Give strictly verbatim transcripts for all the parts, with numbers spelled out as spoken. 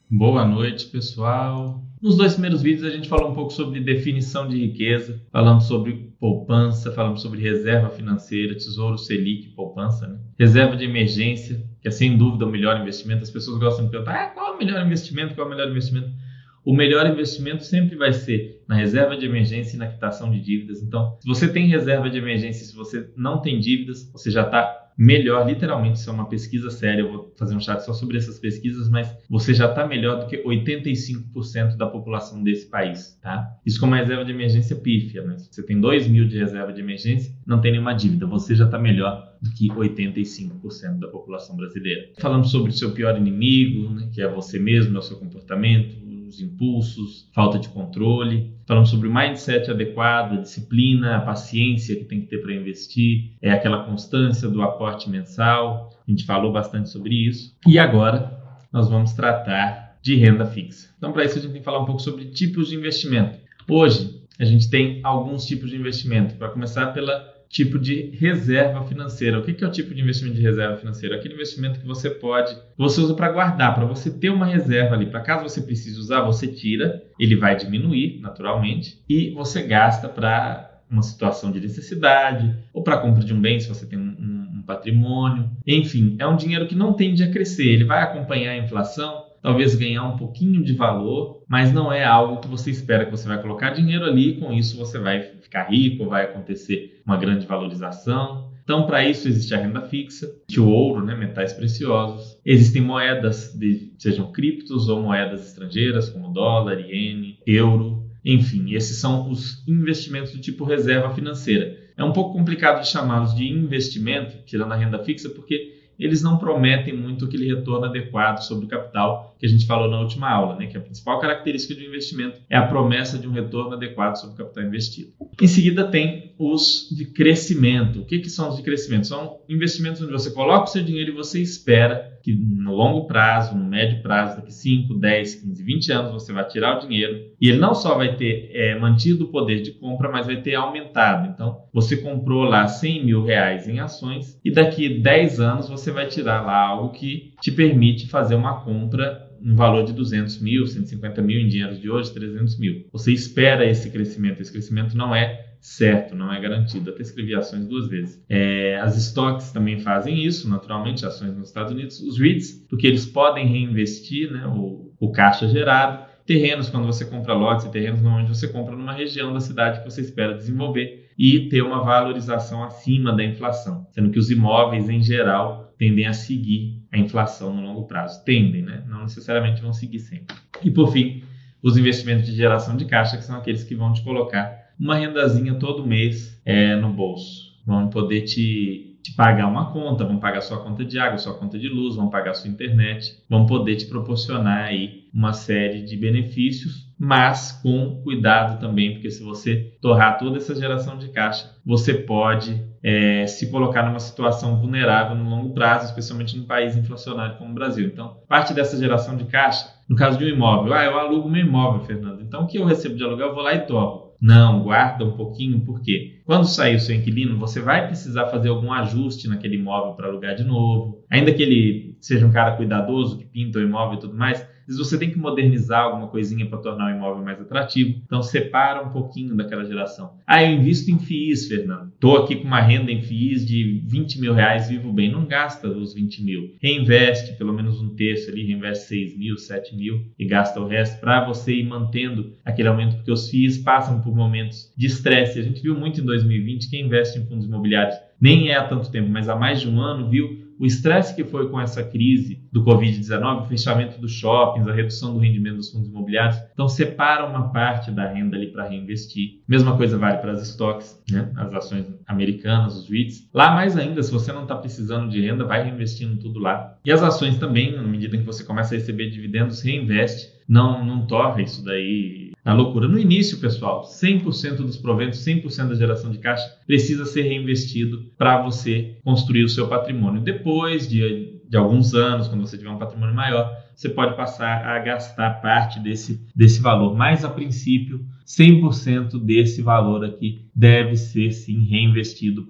Boa noite, pessoal. Nos dois primeiros vídeos a gente falou um pouco sobre definição de riqueza, falamos sobre poupança, falamos sobre reserva financeira, tesouro Selic, poupança, né? Reserva de emergência, que é sem dúvida o melhor investimento. As pessoas gostam de perguntar, ah, qual é o melhor investimento, qual é o melhor investimento? O melhor investimento sempre vai ser na reserva de emergência e na quitação de dívidas. Então, se você tem reserva de emergência, se você não tem dívidas, você já está melhor, literalmente. Isso é uma pesquisa séria, eu vou fazer um chat só sobre essas pesquisas, mas você já está melhor do que oitenta e cinco por cento da população desse país, tá? Isso com uma reserva de emergência pífia, mas se você tem dois mil de reserva de emergência, não tem nenhuma dívida, você já está melhor do que oitenta e cinco por cento da população brasileira. Falamos sobre o seu pior inimigo, né, que é você mesmo, é o seu comportamento, os impulsos, falta de controle. Falamos sobre o mindset adequado, a disciplina, a paciência que tem que ter para investir, é aquela constância do aporte mensal. A gente falou bastante sobre isso. E agora nós vamos tratar de renda fixa. Então, para isso a gente tem que falar um pouco sobre tipos de investimento. Hoje a gente tem alguns tipos de investimento. Para começar pela tipo de reserva financeira. O que é o tipo de investimento de reserva financeira? Aquele investimento que você pode, você usa para guardar, para você ter uma reserva ali, para caso você precise usar, você tira, ele vai diminuir naturalmente e você gasta para uma situação de necessidade ou para a compra de um bem, se você tem um, um patrimônio. Enfim, é um dinheiro que não tende a crescer, ele vai acompanhar a inflação, talvez ganhar um pouquinho de valor, mas não é algo que você espera que você vai colocar dinheiro ali e com isso você vai ficar rico, vai acontecer uma grande valorização. Então, para isso existe a renda fixa, o ouro, né, metais preciosos. Existem moedas, de, sejam criptos ou moedas estrangeiras, como dólar, iene, euro. Enfim, esses são os investimentos do tipo reserva financeira. É um pouco complicado de chamá-los de investimento, tirando a renda fixa, porque eles não prometem muito aquele retorno adequado sobre o capital que a gente falou na última aula, né? Que a principal característica do investimento é a promessa de um retorno adequado sobre o capital investido. Em seguida tem os de crescimento. O que, que são os de crescimento? São investimentos onde você coloca o seu dinheiro e você espera que no longo prazo, no médio prazo, daqui cinco, dez, quinze, vinte anos, você vai tirar o dinheiro e ele não só vai ter é, mantido o poder de compra, mas vai ter aumentado. Então, você comprou lá cem mil reais em ações e daqui dez anos você vai tirar lá algo que te permite fazer uma compra no valor de duzentos mil, cento e cinquenta mil em dinheiros de hoje, trezentos mil. Você espera esse crescimento, esse crescimento não é certo, não é garantido. Até escrevi ações duas vezes. É, as stocks também fazem isso, naturalmente, ações nos Estados Unidos. Os REITs, porque eles podem reinvestir, né, o, o caixa gerado. Terrenos, quando você compra lotes e terrenos, normalmente você compra numa região da cidade que você espera desenvolver e ter uma valorização acima da inflação, sendo que os imóveis, em geral, tendem a seguir a inflação no longo prazo. Tendem, né? Não necessariamente vão seguir sempre. E, por fim, os investimentos de geração de caixa, que são aqueles que vão te colocar uma rendazinha todo mês é, no bolso. Vão poder te, te pagar uma conta, vão pagar sua conta de água, sua conta de luz, vão pagar sua internet, vão poder te proporcionar aí uma série de benefícios, mas com cuidado também, porque se você torrar toda essa geração de caixa, você pode é, se colocar numa situação vulnerável no longo prazo, especialmente num país inflacionário como o Brasil. Então, parte dessa geração de caixa, no caso de um imóvel, ah, eu alugo meu imóvel, Fernando, então o que eu recebo de aluguel, eu vou lá e torro. Não, guarda um pouquinho, porque quando sair o seu inquilino, você vai precisar fazer algum ajuste naquele imóvel para alugar de novo. Ainda que ele seja um cara cuidadoso, que pinta o imóvel e tudo mais, às vezes você tem que modernizar alguma coisinha para tornar o imóvel mais atrativo. Então, separa um pouquinho daquela geração. Ah, eu invisto em F I Is, Fernando. Estou aqui com uma renda em F I Is de vinte mil reais, vivo bem. Não gasta os vinte mil. Reinveste pelo menos um terço ali, reinveste seis mil, sete mil e gasta o resto para você ir mantendo aquele aumento, porque os F I Is passam por momentos de estresse. A gente viu muito em dois mil e vinte, quem investe em fundos imobiliários nem é há tanto tempo, mas há mais de um ano, viu o estresse que foi com essa crise do covid dezenove, o fechamento dos shoppings, a redução do rendimento dos fundos imobiliários. Então, separa uma parte da renda ali para reinvestir. Mesma coisa vale para as stocks, né? As ações americanas, os REITs. Lá mais ainda, se você não está precisando de renda, vai reinvestindo tudo lá. E as ações também, na medida em que você começa a receber dividendos, reinveste. Não, não torra isso daí na loucura. No início, pessoal, cem por cento dos proventos, cem por cento da geração de caixa precisa ser reinvestido para você construir o seu patrimônio. Depois de, de alguns anos, quando você tiver um patrimônio maior, você pode passar a gastar parte desse, desse valor. Mas, a princípio, cem por cento desse valor aqui deve ser, sim, reinvestido para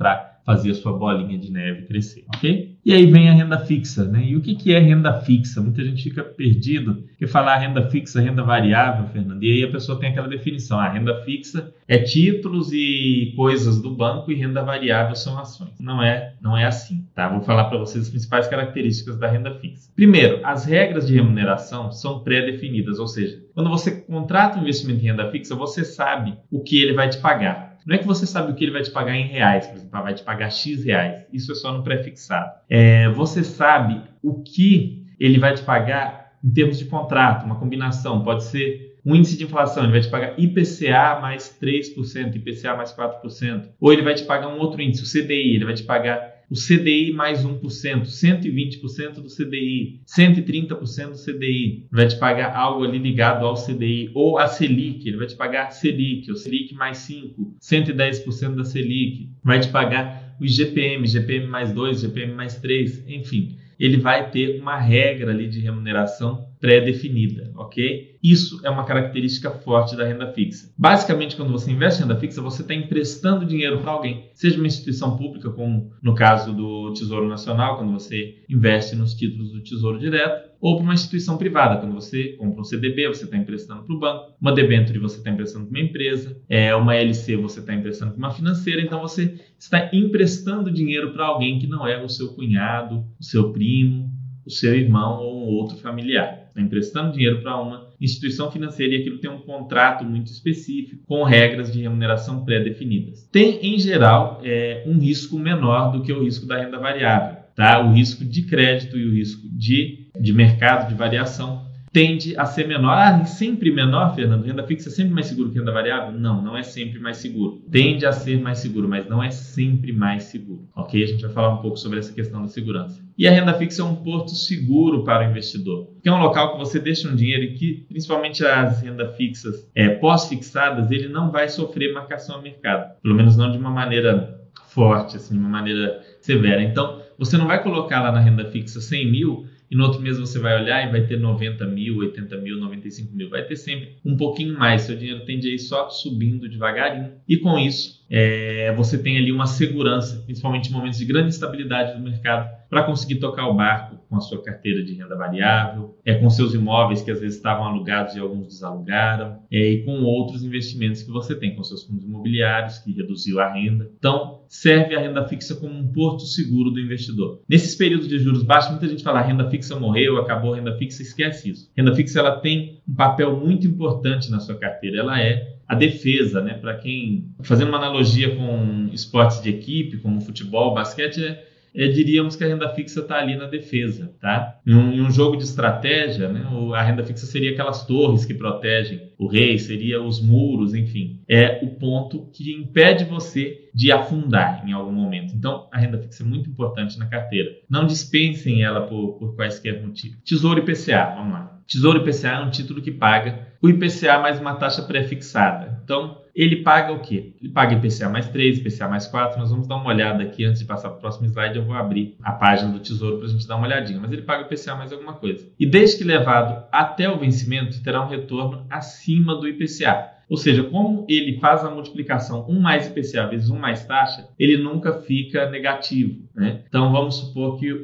fazer a sua bolinha de neve crescer, ok? E aí vem a renda fixa, né? E o que, que é renda fixa? Muita gente fica perdido, porque falar renda fixa, renda variável, Fernando, e aí a pessoa tem aquela definição, a renda fixa é títulos e coisas do banco e renda variável são ações. Não é, não é assim, tá? Vou falar para vocês as principais características da renda fixa. Primeiro, as regras de remuneração são pré-definidas, ou seja, quando você contrata um investimento em renda fixa, você sabe o que ele vai te pagar. Não é que você sabe o que ele vai te pagar em reais, por exemplo, vai te pagar X reais. Isso é só no pré-fixado. É, você sabe o que ele vai te pagar em termos de contrato, uma combinação. Pode ser um índice de inflação, ele vai te pagar I P C A mais três por cento, I P C A mais quatro por cento. Ou ele vai te pagar um outro índice, o C D I, ele vai te pagar o C D I mais um por cento, cento e vinte por cento do C D I, cento e trinta por cento do C D I, vai te pagar algo ali ligado ao C D I, ou a Selic, ele vai te pagar Selic, o Selic mais cinco, cento e dez por cento da Selic, vai te pagar o I G P M, G P M mais dois, G P M mais três, enfim, ele vai ter uma regra ali de remuneração pré-definida, ok? Isso é uma característica forte da renda fixa. Basicamente, quando você investe em renda fixa, você está emprestando dinheiro para alguém, seja uma instituição pública, como no caso do Tesouro Nacional, quando você investe nos títulos do Tesouro Direto, ou para uma instituição privada, quando você compra um C D B, você está emprestando para o banco, uma debênture você está emprestando para uma empresa, é, uma L C você está emprestando para uma financeira, então você está emprestando dinheiro para alguém que não é o seu cunhado, o seu primo, o seu irmão ou um outro familiar. Está emprestando dinheiro para uma instituição financeira e aquilo tem um contrato muito específico com regras de remuneração pré-definidas. Tem, em geral, é, um risco menor do que o risco da renda variável. Tá? O risco de crédito e o risco de, de mercado de variação tende a ser menor. Ah, sempre menor, Fernando? Renda fixa é sempre mais seguro que renda variável? Não, não é sempre mais seguro. Tende a ser mais seguro, mas não é sempre mais seguro. Ok? A gente vai falar um pouco sobre essa questão da segurança. E a renda fixa é um porto seguro para o investidor, que é um local que você deixa um dinheiro e que, principalmente as rendas fixas é, pós-fixadas, ele não vai sofrer marcação a mercado. Pelo menos não de uma maneira forte, assim, de uma maneira severa. Então, você não vai colocar lá na renda fixa cem mil e no outro mês você vai olhar e vai ter noventa mil, oitenta mil, noventa e cinco mil. Vai ter sempre um pouquinho mais. Seu dinheiro tende a ir só subindo devagarinho. E com isso, é, você tem ali uma segurança, principalmente em momentos de grande instabilidade do mercado, para conseguir tocar o barco com a sua carteira de renda variável, é, com seus imóveis que às vezes estavam alugados e alguns desalugaram, é, e com outros investimentos que você tem, com seus fundos imobiliários, que reduziu a renda. Então, serve a renda fixa como um porto seguro do investidor. Nesses períodos de juros baixos, muita gente fala, a renda fixa morreu, acabou a renda fixa, esquece isso. A renda fixa ela tem um papel muito importante na sua carteira, ela é a defesa, né? Para quem, fazendo uma analogia com esportes de equipe, como futebol, basquete, é, é, diríamos que a renda fixa está ali na defesa, tá? Em um, em um jogo de estratégia, né? A renda fixa seria aquelas torres que protegem o rei, seria os muros, enfim. É o ponto que impede você de afundar em algum momento. Então, a renda fixa é muito importante na carteira. Não dispensem ela por, por quaisquer motivos. Tesouro I P C A, vamos lá. Tesouro I P C A é um título que paga o I P C A mais uma taxa pré-fixada. Então, ele paga o quê? Ele paga I P C A mais três, I P C A mais quatro. Nós vamos dar uma olhada aqui. Antes de passar para o próximo slide, eu vou abrir a página do Tesouro para a gente dar uma olhadinha. Mas ele paga I P C A mais alguma coisa. E desde que levado até o vencimento, terá um retorno acima do I P C A. Ou seja, como ele faz a multiplicação um mais I P C A vezes um mais taxa, ele nunca fica negativo, né? Então, vamos supor que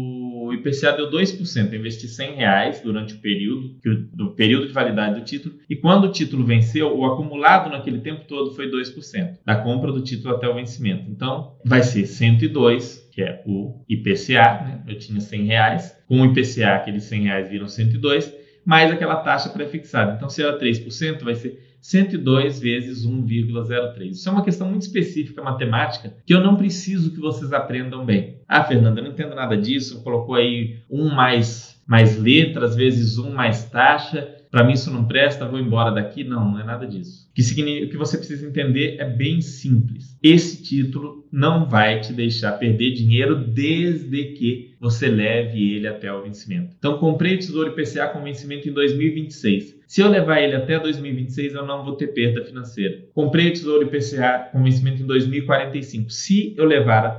o I P C A deu dois por cento. Eu investi cem reais durante o período, do período de validade do título, e quando o título venceu, o acumulado naquele tempo todo foi dois por cento da compra do título até o vencimento. Então, vai ser cento e dois, que é o I P C A, né? Eu tinha cem reais, com o I P C A, aqueles cem reais viram cento e dois, mais aquela taxa pré-fixada. Então, se era três por cento, vai ser cento e dois vezes um vírgula zero três. Isso é uma questão muito específica matemática que eu não preciso que vocês aprendam bem. Ah, Fernanda, eu não entendo nada disso. Colocou aí um mais, mais letras vezes um mais taxa. Para mim isso não presta, vou embora daqui. Não, não é nada disso. O que, significa, o que você precisa entender é bem simples. Esse título não vai te deixar perder dinheiro desde que você leve ele até o vencimento. Então, comprei o Tesouro I P C A com vencimento em dois mil e vinte e seis. Se eu levar ele até dois mil e vinte e seis, eu não vou ter perda financeira. Comprei o Tesouro I P C A com vencimento em dois mil e quarenta e cinco. Se eu levar até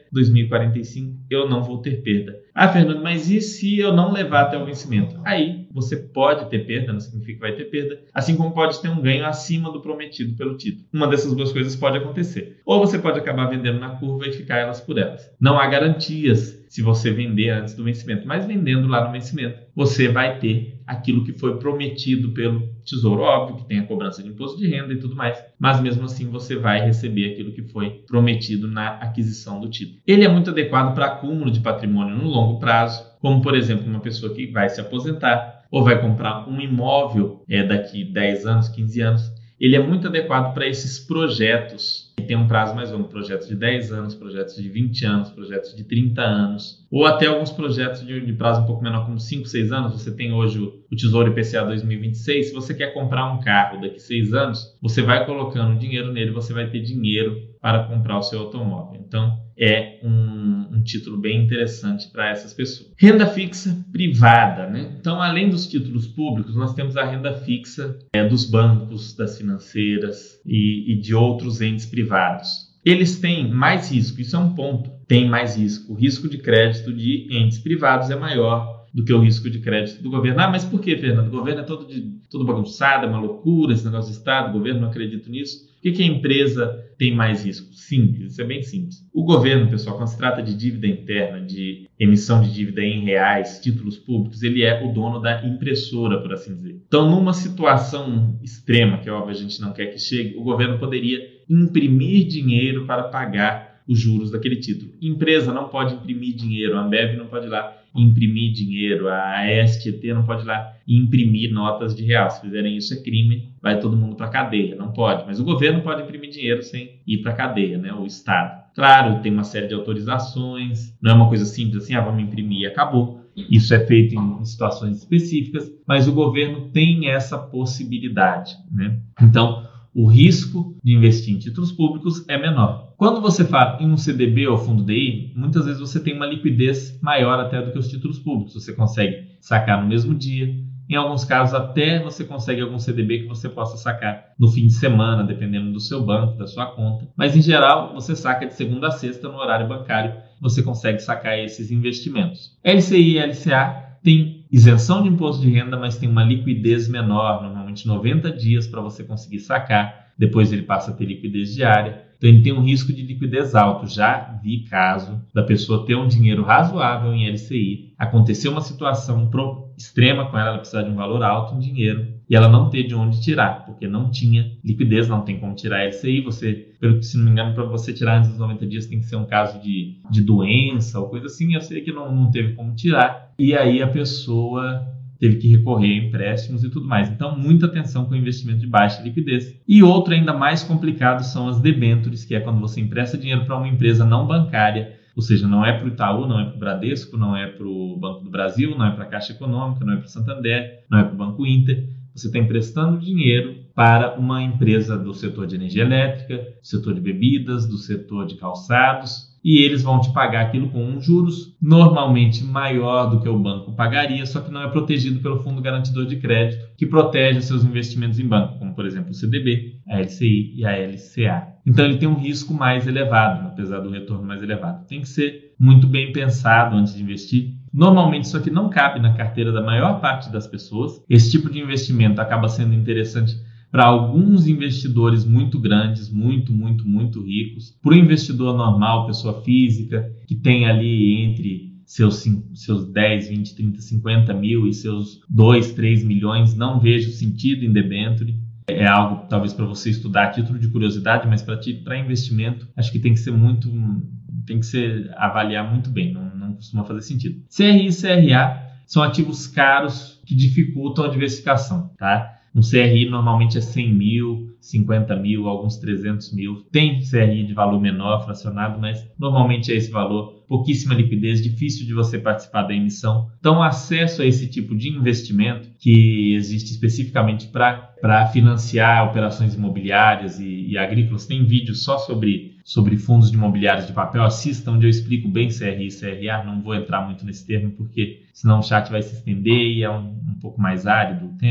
dois mil e quarenta e cinco eu não vou ter perda. Ah, Fernando, mas e se eu não levar até o vencimento? Aí você pode ter perda, não significa que vai ter perda, assim como pode ter um ganho acima do prometido pelo título. Uma dessas duas coisas pode acontecer. Ou você pode acabar vendendo na curva e ficar elas por elas. Não há garantias se você vender antes do vencimento, mas vendendo lá no vencimento, você vai ter aquilo que foi prometido pelo Tesouro. Óbvio que tem a cobrança de imposto de renda e tudo mais, mas mesmo assim você vai receber aquilo que foi prometido na aquisição do título. Ele é muito adequado para acúmulo de patrimônio no longo prazo, como por exemplo uma pessoa que vai se aposentar ou vai comprar um imóvel é, daqui dez anos, quinze anos. Ele é muito adequado para esses projetos que tem um prazo mais longo, projetos de dez anos, projetos de vinte anos, projetos de trinta anos, ou até alguns projetos de, de prazo um pouco menor, como cinco, seis anos. Você tem hoje o, o Tesouro I P C A dois mil e vinte e seis. Se você quer comprar um carro daqui a seis anos, você vai colocando dinheiro nele, você vai ter dinheiro para comprar o seu automóvel. Então, é um, um título bem interessante para essas pessoas. Renda fixa privada, né? Então, além dos títulos públicos, nós temos a renda fixa é, dos bancos, das financeiras e, e de outros entes privados. Eles têm mais risco, isso é um ponto. Tem mais risco. O risco de crédito de entes privados é maior do que o risco de crédito do governo. Ah, mas por que, Fernando? O governo é todo, de, todo bagunçado, é uma loucura esse negócio do Estado, o governo não acredita nisso. Por que, que a empresa tem mais risco? Simples, isso é bem simples. O governo, pessoal, quando se trata de dívida interna, de emissão de dívida em reais, títulos públicos, ele é o dono da impressora, por assim dizer. Então, numa situação extrema, que é óbvio a gente não quer que chegue, o governo poderia imprimir dinheiro para pagar os juros daquele título. Empresa não pode imprimir dinheiro, a Ambev não pode ir lá imprimir dinheiro, a S T T não pode ir lá imprimir notas de real. Se fizerem isso é crime, vai todo mundo para a cadeia, não pode. Mas o governo pode imprimir dinheiro sem ir para a cadeia, né? O Estado. Claro, tem uma série de autorizações, não é uma coisa simples assim, ah, vamos imprimir e acabou. Isso é feito em situações específicas, mas o governo tem essa possibilidade, né? Então, o risco de investir em títulos públicos é menor. Quando você fala em um C D B ou fundo D I, muitas vezes você tem uma liquidez maior até do que os títulos públicos. Você consegue sacar no mesmo dia. Em alguns casos, até você consegue algum C D B que você possa sacar no fim de semana, dependendo do seu banco, da sua conta. Mas, em geral, você saca de segunda a sexta no horário bancário. Você consegue sacar esses investimentos. L C I e L C A tem isenção de imposto de renda, mas tem uma liquidez menor, normalmente noventa dias para você conseguir sacar. Depois ele passa a ter liquidez diária. Então ele tem um risco de liquidez alto. Já vi caso da pessoa ter um dinheiro razoável em L C I, acontecer uma situação extrema com ela, ela precisar de um valor alto em dinheiro, e ela não ter de onde tirar, porque não tinha liquidez, não tem como tirar L C I. Você, pelo que se não me engano, para você tirar antes dos noventa dias tem que ser um caso de, de doença ou coisa assim. Eu sei que não, não teve como tirar. E aí a pessoa teve que recorrer a empréstimos e tudo mais. Então, muita atenção com o investimento de baixa liquidez. E outro ainda mais complicado são as debêntures, que é quando você empresta dinheiro para uma empresa não bancária, ou seja, não é para o Itaú, não é para o Bradesco, não é para o Banco do Brasil, não é para a Caixa Econômica, não é para o Santander, não é para o Banco Inter. Você está emprestando dinheiro para uma empresa do setor de energia elétrica, do setor de bebidas, do setor de calçados, e eles vão te pagar aquilo com um juros normalmente maior do que o banco pagaria, só que não é protegido pelo Fundo Garantidor de Crédito, que protege os seus investimentos em banco, como por exemplo o C D B, a L C I e a L C A. Então ele tem um risco mais elevado, apesar do retorno mais elevado. Tem que ser muito bem pensado antes de investir. Normalmente isso aqui não cabe na carteira da maior parte das pessoas. Esse tipo de investimento acaba sendo interessante para alguns investidores muito grandes, muito, muito, muito ricos. Para o investidor normal, pessoa física, que tem ali entre seus, seus dez, vinte, trinta, cinquenta mil e seus dois, três milhões, não vejo sentido em debênture. É algo talvez para você estudar a título de curiosidade, mas para investimento acho que tem que ser muito, tem que ser avaliar muito bem, não, não costuma fazer sentido. C R I e C R A são ativos caros que dificultam a diversificação, tá? Um C R I normalmente é cem mil, cinquenta mil, alguns trezentos mil. Tem C R I de valor menor, fracionado, mas normalmente é esse valor. Pouquíssima liquidez, difícil de você participar da emissão. Então, acesso a esse tipo de investimento que existe especificamente para financiar operações imobiliárias e, e agrícolas. Tem vídeo só sobre, sobre fundos de imobiliários de papel. Assista, onde eu explico bem C R I e C R A. Não vou entrar muito nesse termo, porque senão o chat vai se estender e é um, um pouco mais árido o tema.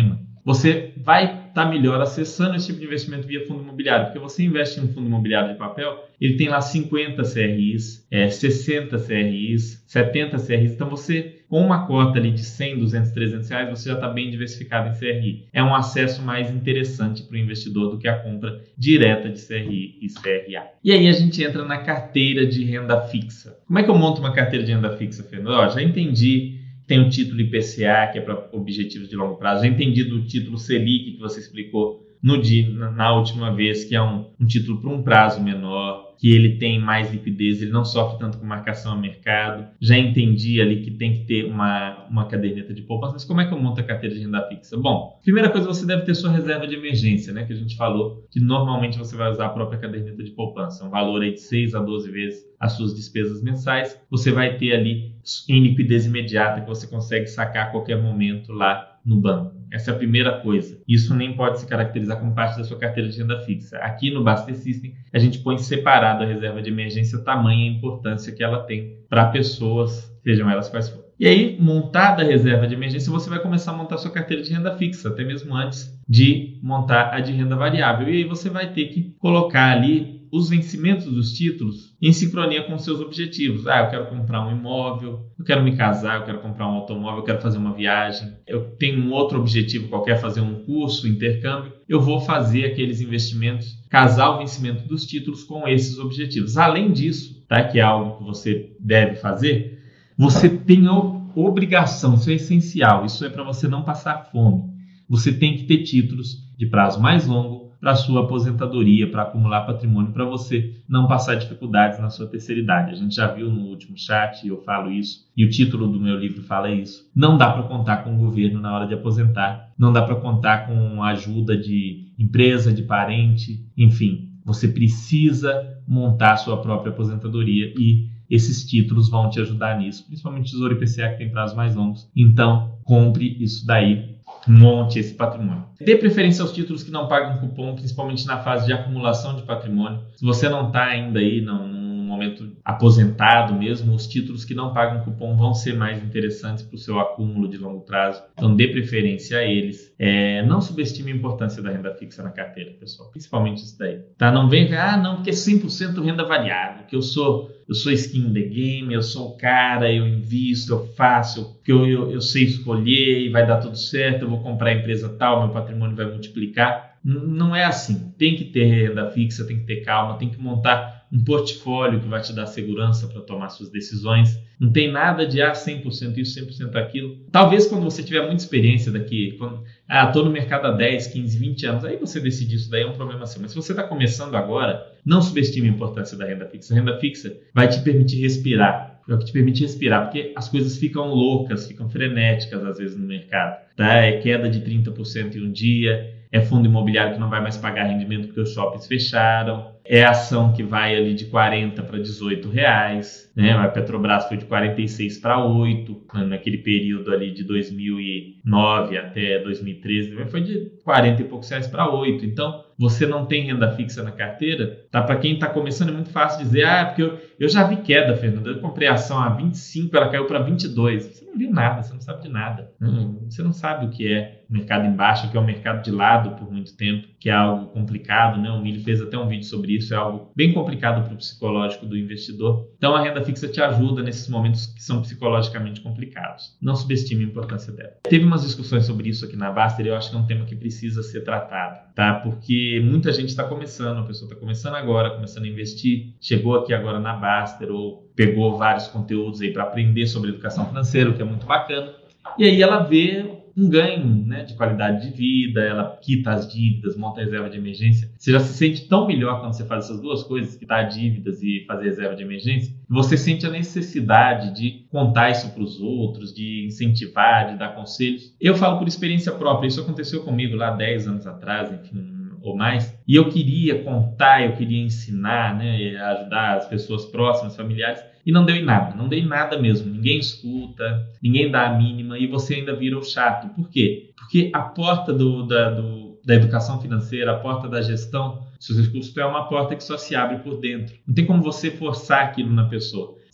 você vai estar melhor acessando esse tipo de investimento via fundo imobiliário, porque você investe em um fundo imobiliário de papel, ele tem lá cinquenta C R Is, é, sessenta C R Is, setenta C R Is, então você, com uma cota ali de cem, duzentos, trezentos reais, você já está bem diversificado em C R I. É um acesso mais interessante para o investidor do que a compra direta de C R I e C R A. E aí a gente entra na carteira de renda fixa. Como é que eu monto uma carteira de renda fixa, Fernando? Ó, já entendi. Tem o título I P C A, que é para objetivos de longo prazo. Já entendi do título Selic, que você explicou no dia, na última vez, que é um, um título para um prazo menor, que ele tem mais liquidez, ele não sofre tanto com marcação a mercado. Já entendi ali que tem que ter uma, uma caderneta de poupança. Mas como é que eu monto a carteira de renda fixa? Bom, primeira coisa, você deve ter sua reserva de emergência, né? Que a gente falou que normalmente você vai usar a própria caderneta de poupança. Um valor aí de seis a doze vezes as suas despesas mensais. Você vai ter ali em liquidez imediata que você consegue sacar a qualquer momento lá no banco. Essa é a primeira coisa. Isso nem pode se caracterizar como parte da sua carteira de renda fixa. Aqui no Baster System, a gente põe separado a reserva de emergência, tamanha a importância que ela tem para pessoas, sejam elas quais forem. E aí, montada a reserva de emergência, você vai começar a montar a sua carteira de renda fixa, até mesmo antes de montar a de renda variável. E aí você vai ter que colocar ali os vencimentos dos títulos em sincronia com seus objetivos. Ah, eu quero comprar um imóvel, eu quero me casar, eu quero comprar um automóvel, eu quero fazer uma viagem, eu tenho um outro objetivo qualquer, fazer um curso, intercâmbio. Eu vou fazer aqueles investimentos, casar o vencimento dos títulos com esses objetivos. Além disso, tá, que é algo que você deve fazer, você tem a obrigação, isso é essencial, isso é para você não passar fome. Você tem que ter títulos de prazo mais longo, para a sua aposentadoria, para acumular patrimônio, para você não passar dificuldades na sua terceira idade. A gente já viu no último chat, eu falo isso, e o título do meu livro fala isso. Não dá para contar com o governo na hora de aposentar, não dá para contar com a ajuda de empresa, de parente, enfim. Você precisa montar a sua própria aposentadoria e esses títulos vão te ajudar nisso, principalmente o Tesouro I P C A, que tem prazos mais longos. Então, compre isso daí. Monte esse patrimônio. Dê preferência aos títulos que não pagam cupom, principalmente na fase de acumulação de patrimônio. Se você não está ainda aí no, no momento aposentado mesmo, os títulos que não pagam cupom vão ser mais interessantes para o seu acúmulo de longo prazo. Então dê preferência a eles. É, não subestime a importância da renda fixa na carteira, pessoal. Principalmente isso daí. Tá? Não vem, ah, não, porque é cem por cento renda variável, que eu sou... Eu sou skin in the game, eu sou o cara, eu invisto, eu faço, porque eu, eu, eu sei escolher e vai dar tudo certo, eu vou comprar a empresa tal, meu patrimônio vai multiplicar. N- não é assim. Tem que ter renda fixa, tem que ter calma, tem que montar um portfólio que vai te dar segurança para tomar suas decisões. Não tem nada de ah, cem por cento isso, cem por cento aquilo. Talvez quando você tiver muita experiência daqui, quando, ah, estou no mercado há dez, quinze, vinte anos, aí você decidir isso daí é um problema seu. Mas se você está começando agora, não subestime a importância da renda fixa. A renda fixa vai te permitir respirar. É o que te permite respirar, porque as coisas ficam loucas, ficam frenéticas às vezes no mercado. Tá? É queda de trinta por cento em um dia, é fundo imobiliário que não vai mais pagar rendimento porque os shoppings fecharam, é ação que vai ali de quarenta para dezoito reais, né? A Petrobras foi de quarenta e seis para oito, né? Naquele período ali de dois mil e nove até dois mil e treze, foi de quarenta e poucos reais para oito. Então, você não tem renda fixa na carteira, tá? Para quem está começando é muito fácil dizer, ah, porque eu, eu já vi queda, Fernando, eu comprei a ação a vinte e cinco, ela caiu para vinte e dois. Você não viu nada, você não sabe de nada. Hum, você não sabe o que é mercado em baixa, que é o mercado de lado por muito tempo, que é algo complicado, né? O Milho fez até um vídeo sobre isso, é algo bem complicado para o psicológico do investidor. Então, a renda fixa te ajuda nesses momentos que são psicologicamente complicados. Não subestime a importância dela. Teve umas discussões sobre isso aqui na Baster e eu acho que é um tema que precisa ser tratado, tá? Porque muita gente está começando, a pessoa está começando agora, começando a investir, chegou aqui agora na Baster ou pegou vários conteúdos aí para aprender sobre educação financeira, o que é muito bacana. E aí ela vê um ganho, né, de qualidade de vida, ela quita as dívidas, monta a reserva de emergência. Você já se sente tão melhor quando você faz essas duas coisas, quitar dívidas e fazer reserva de emergência, que você sente a necessidade de contar isso para os outros, de incentivar, de dar conselhos. Eu falo por experiência própria, isso aconteceu comigo lá dez anos atrás, enfim, ou mais, e eu queria contar, eu queria ensinar, né, ajudar as pessoas próximas, familiares, e não deu em nada, não deu em nada mesmo. Ninguém escuta, ninguém dá a mínima e você ainda vira o chato. Por quê? Porque a porta do, da, do, da educação financeira, a porta da gestão, seus recursos é uma porta que só se abre por dentro. Não tem como você forçar aquilo na pessoa. Se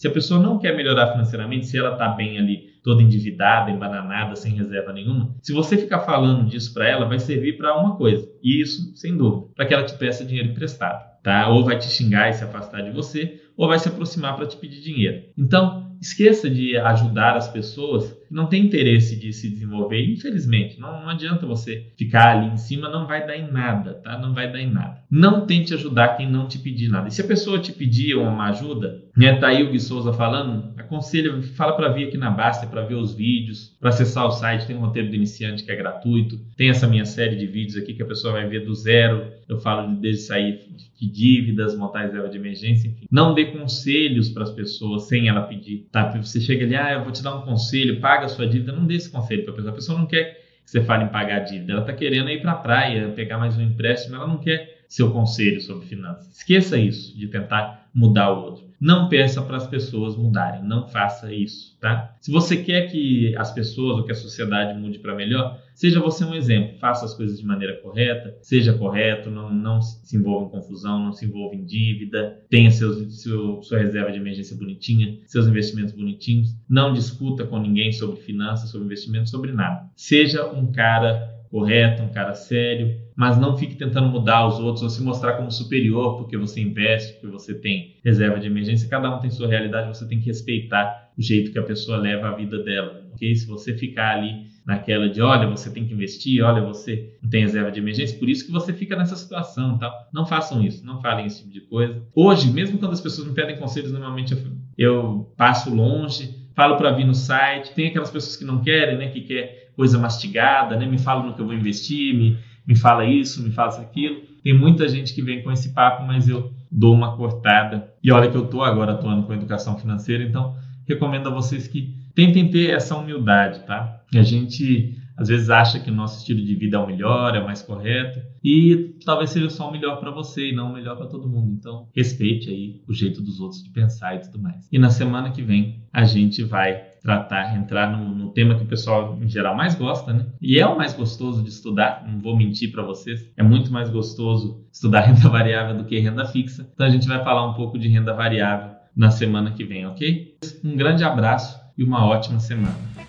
Se a pessoa não quer melhorar financeiramente, se ela está bem ali, toda endividada, embananada, sem reserva nenhuma, se você ficar falando disso para ela, vai servir para uma coisa, e isso, sem dúvida, para que ela te peça dinheiro emprestado, tá? Ou vai te xingar e se afastar de você, ou vai se aproximar para te pedir dinheiro. Então, esqueça de ajudar as pessoas que não têm interesse de se desenvolver. Infelizmente, não, não adianta você ficar ali em cima, não vai dar em nada, tá? Não vai dar em nada. Não tente ajudar quem não te pedir nada. E se a pessoa te pedir uma ajuda, né? Tá aí o Gui Souza falando, aconselha, fala para vir aqui na Basta, para ver os vídeos, para acessar o site, tem um roteiro do iniciante que é gratuito, tem essa minha série de vídeos aqui que a pessoa vai ver do zero. Eu falo de desde sair de dívidas, montar reserva de emergência, enfim. Não dê conselhos para as pessoas sem ela pedir, tá? Você chega ali, ah, eu vou te dar um conselho, paga a sua dívida. Não dê esse conselho para a pessoa. A pessoa não quer que você fale em pagar a dívida. Ela está querendo ir para a praia, pegar mais um empréstimo. Ela não quer seu conselho sobre finanças. Esqueça isso, de tentar mudar o outro. Não peça para as pessoas mudarem. Não faça isso, tá? Se você quer que as pessoas ou que a sociedade mude para melhor, seja você um exemplo. Faça as coisas de maneira correta, seja correto, não, não se envolva em confusão, não se envolva em dívida, tenha seus, seu, sua reserva de emergência bonitinha, seus investimentos bonitinhos. Não discuta com ninguém sobre finanças, sobre investimentos, sobre nada. Seja um cara correto, um cara sério, mas não fique tentando mudar os outros ou se mostrar como superior porque você investe, porque você tem reserva de emergência. Cada um tem sua realidade, você tem que respeitar o jeito que a pessoa leva a vida dela, ok? Se você ficar ali naquela de, olha, você tem que investir, olha, você não tem reserva de emergência, por isso que você fica nessa situação, tá? Não façam isso, não falem esse tipo de coisa. Hoje, mesmo quando as pessoas me pedem conselhos, normalmente eu, eu passo longe, falo para vir no site. Tem aquelas pessoas que não querem, né, que quer coisa mastigada, né, me fala no que eu vou investir, me, me fala isso, me fala aquilo. Tem muita gente que vem com esse papo, mas eu dou uma cortada. E olha que eu estou agora atuando com educação financeira, então recomendo a vocês que tentem ter essa humildade, tá? A gente às vezes acha que o nosso estilo de vida é o melhor, é o mais correto, e talvez seja só o melhor para você e não o melhor para todo mundo. Então, respeite aí o jeito dos outros de pensar e tudo mais. E na semana que vem a gente vai tratar, entrar no, no tema que o pessoal em geral mais gosta, né? E é o mais gostoso de estudar, não vou mentir para vocês, é muito mais gostoso estudar renda variável do que renda fixa. Então a gente vai falar um pouco de renda variável na semana que vem, ok? Um grande abraço e uma ótima semana.